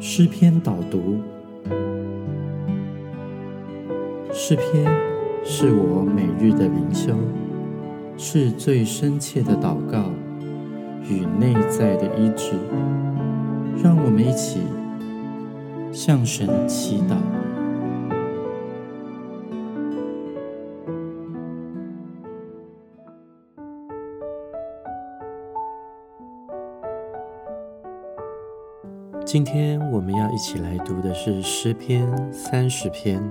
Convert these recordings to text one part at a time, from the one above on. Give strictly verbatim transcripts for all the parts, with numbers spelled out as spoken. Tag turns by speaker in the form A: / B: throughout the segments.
A: 诗篇导读。诗篇是我每日的灵修，是最深切的祷告与内在的医治。让我们一起向神祈祷。今天我们要一起来读的是诗篇三十篇。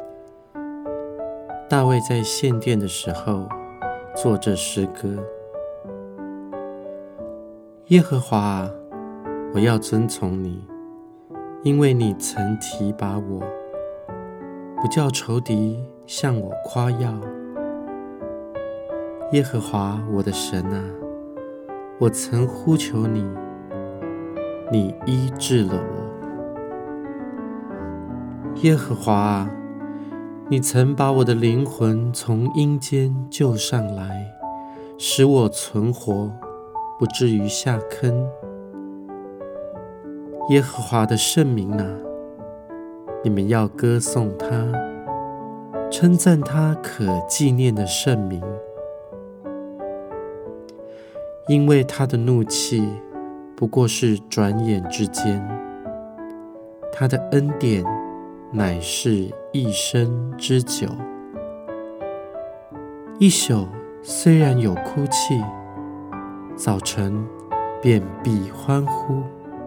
A: 大卫在献殿的时候作这诗歌：耶和华啊，我要遵从你，因为你曾提拔我，不叫仇敌向我夸耀。耶和华我的神啊，我曾呼求你，你医治了我。耶和华啊，你曾把我的灵魂从阴间救上来，使我存活，不至于下坑。耶和华的圣名啊，你们要歌颂他，称赞他可纪念的圣名，因为他的怒气不过是转眼之间，他的恩典乃是一生之久。一宿虽然有哭泣，早晨便必欢呼。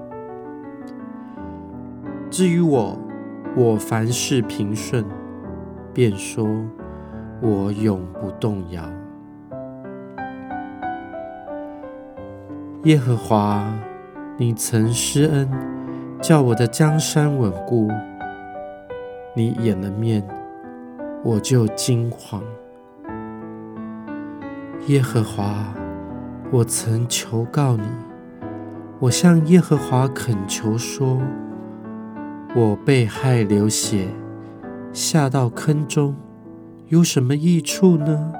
A: 至于我，我凡事平顺，便说我永不动摇。耶和华，你曾施恩，叫我的江山稳固。你掩了面，我就惊惶。耶和华，我曾求告你，我向耶和华恳求说，我被害流血，下到坑中，有什么益处呢？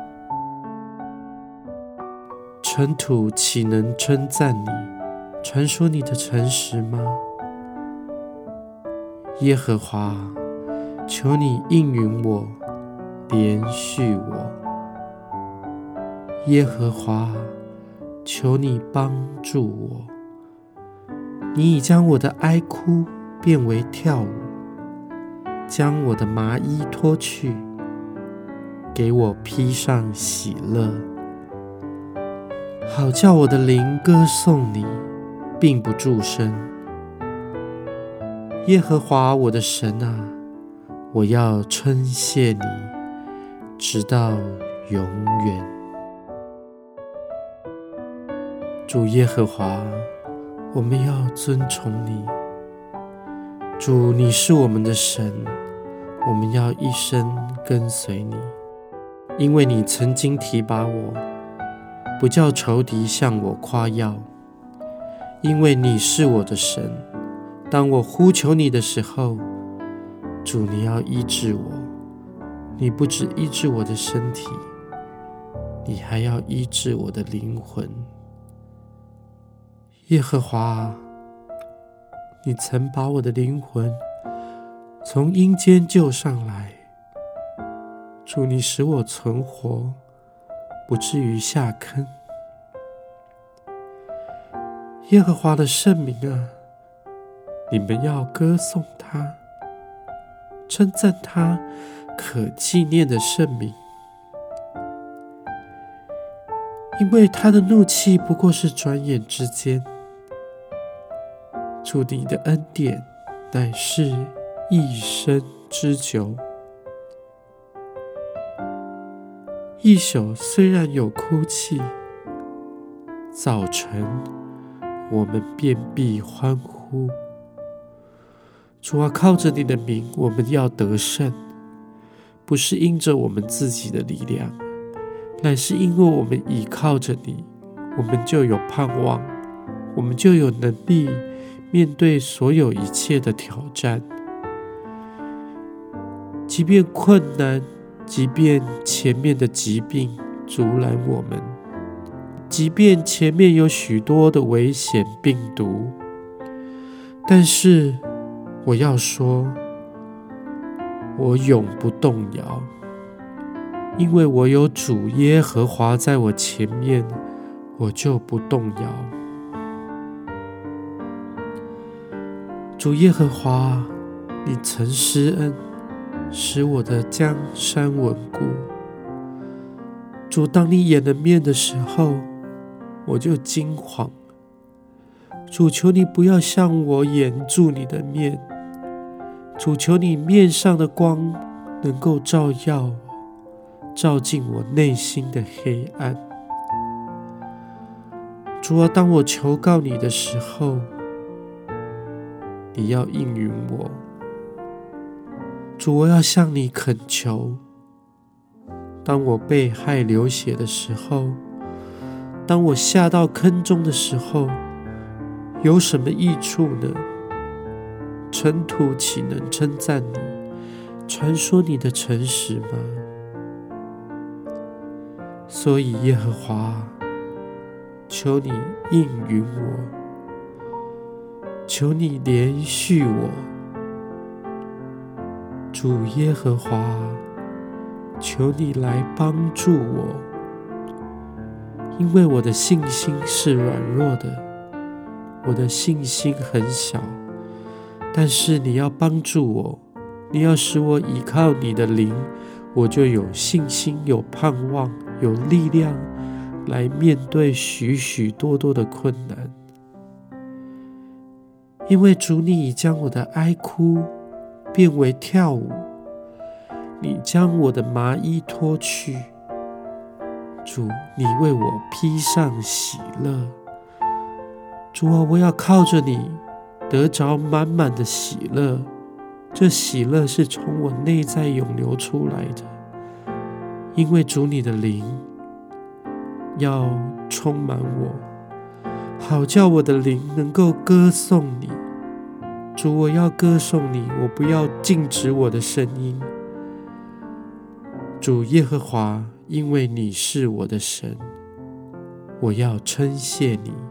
A: 尘土岂能称赞你，传说你的诚实吗？耶和华，求你应允我，怜恤我。耶和华，求你帮助我。你已将我的哀哭变为跳舞，将我的麻衣脱去，给我披上喜乐，好叫我的灵歌颂你，并不住声。耶和华我的神啊，我要称谢你，直到永远。主耶和华，我们要尊崇你。主，你是我们的神，我们要一生跟随你，因为你曾经提拔我，不叫仇敌向我夸耀。因为你是我的神，当我呼求你的时候，主，你要医治我。你不只医治我的身体，你还要医治我的灵魂。耶和华，你曾把我的灵魂从阴间救上来，主，你使我存活，不至于下坑。耶和华的圣名啊，你们要歌颂他，称赞他可纪念的圣名，因为他的怒气不过是转眼之间，主，你的恩典乃是一生之久。一宿虽然有哭泣，早晨我们便必欢呼。主啊，靠着你的名，我们要得胜，不是因着我们自己的力量，乃是因为我们倚靠着你，我们就有盼望，我们就有能力面对所有一切的挑战。即便困难，即便前面的疾病阻拦我们，即便前面有许多的危险病毒，但是我要说，我永不动摇，因为我有主耶和华在我前面，我就不动摇。主耶和华，你曾施恩，使我的江山稳固。主，当你掩了面的时候，我就惊惶。主，求你不要向我掩住你的面。主，求你面上的光能够照耀我，照进我内心的黑暗。主啊，当我求告你的时候，你要应允我。主，我要向你恳求。当我被害流血的时候，当我下到坑中的时候，有什么益处呢？尘土岂能称赞你，传说你的诚实吗？所以耶和华，求你应允我，求你怜恤我。主耶和华，求你来帮助我，因为我的信心是软弱的，我的信心很小，但是你要帮助我，你要使我依靠你的灵，我就有信心，有盼望，有力量来面对许许多多的困难。因为主，你已将我的哀哭变为跳舞，你将我的麻衣脱去。主，你为我披上喜乐。主啊，我要靠着你得着满满的喜乐，这喜乐是从我内在涌流出来的。因为主，你的灵要充满我，好叫我的灵能够歌颂你。主，我要歌颂你，我不要禁止我的声音。主耶和华，因为你是我的神，我要称谢你。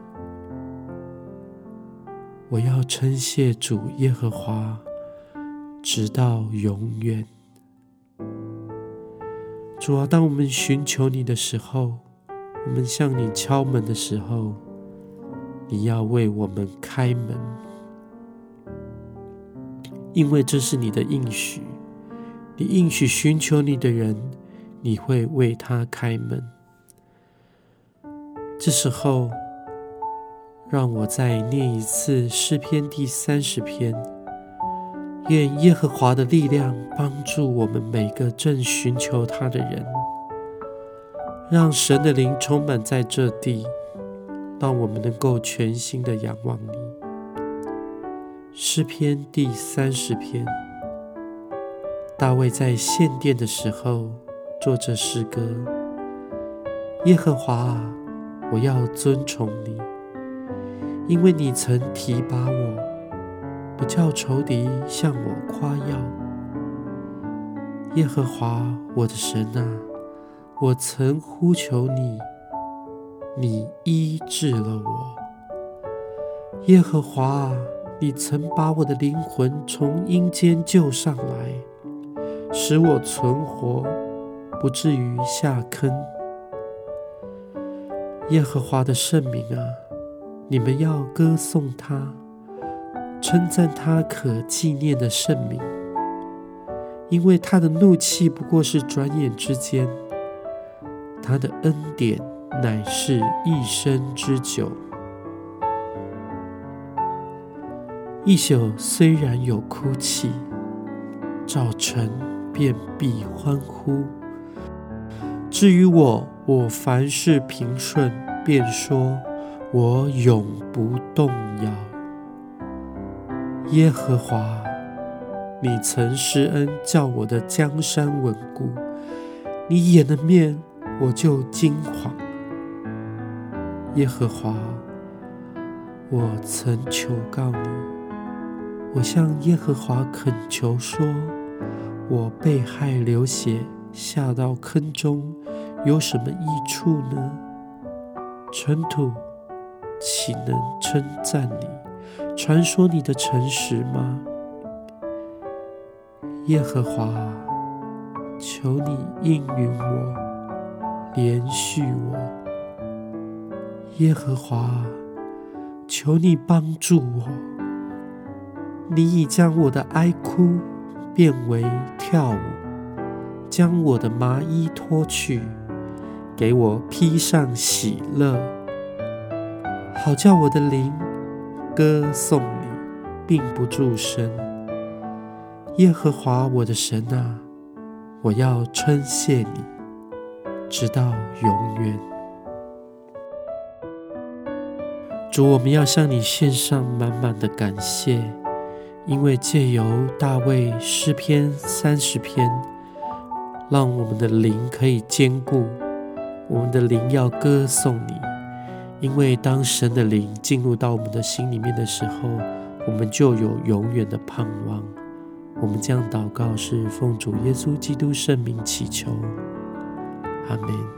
A: 我要称谢主耶和华，直到永远。主啊，当我们寻求你的时候，我们向你敲门的时候，你要为我们开门，因为这是你的应许。你应许寻求你的人，你会为他开门。这时候，让我再念一次诗篇第三十篇。愿耶和华的力量帮助我们每个正寻求他的人，让神的灵充满在这地，让我们能够全心的仰望你。诗篇第三十篇，大卫在献殿的时候作这诗歌：耶和华啊，我要尊崇你，因为你曾提拔我，不叫仇敌向我夸耀。耶和华我的神啊，我曾呼求你，你医治了我。耶和华啊，你曾把我的灵魂从阴间救上来，使我存活，不至于下坑。耶和华的圣名啊，你们要歌颂他，称赞他可纪念的圣名，因为他的怒气不过是转眼之间，他的恩典乃是一生之久。一宿虽然有哭泣，早晨便必欢呼。至于我，我凡事平顺，便说我永不动摇。耶和华，你曾施恩，叫我的江山稳固，你掩了面，我就惊惶。耶和华，我曾求告你，我向耶和华恳求说，我被害流血，下到坑中，有什么益处呢？尘土岂能称赞你，传说你的诚实吗？ 耶和华，求你应允我，怜恤我。耶和华，求你帮助我。你已将我的哀哭变为跳舞，将我的麻衣脱去，给我披上喜乐，好叫我的灵歌颂你，并不住声。耶和华我的神啊，我要称谢你，直到永远。主，我们要向你献上满满的感谢，因为借由大卫诗篇三十篇，让我们的灵可以坚固，我们的灵要歌颂你。因为当神的灵进入到我们的心里面的时候，我们就有永远的盼望。我们这样祷告是奉主耶稣基督圣名祈求，阿们。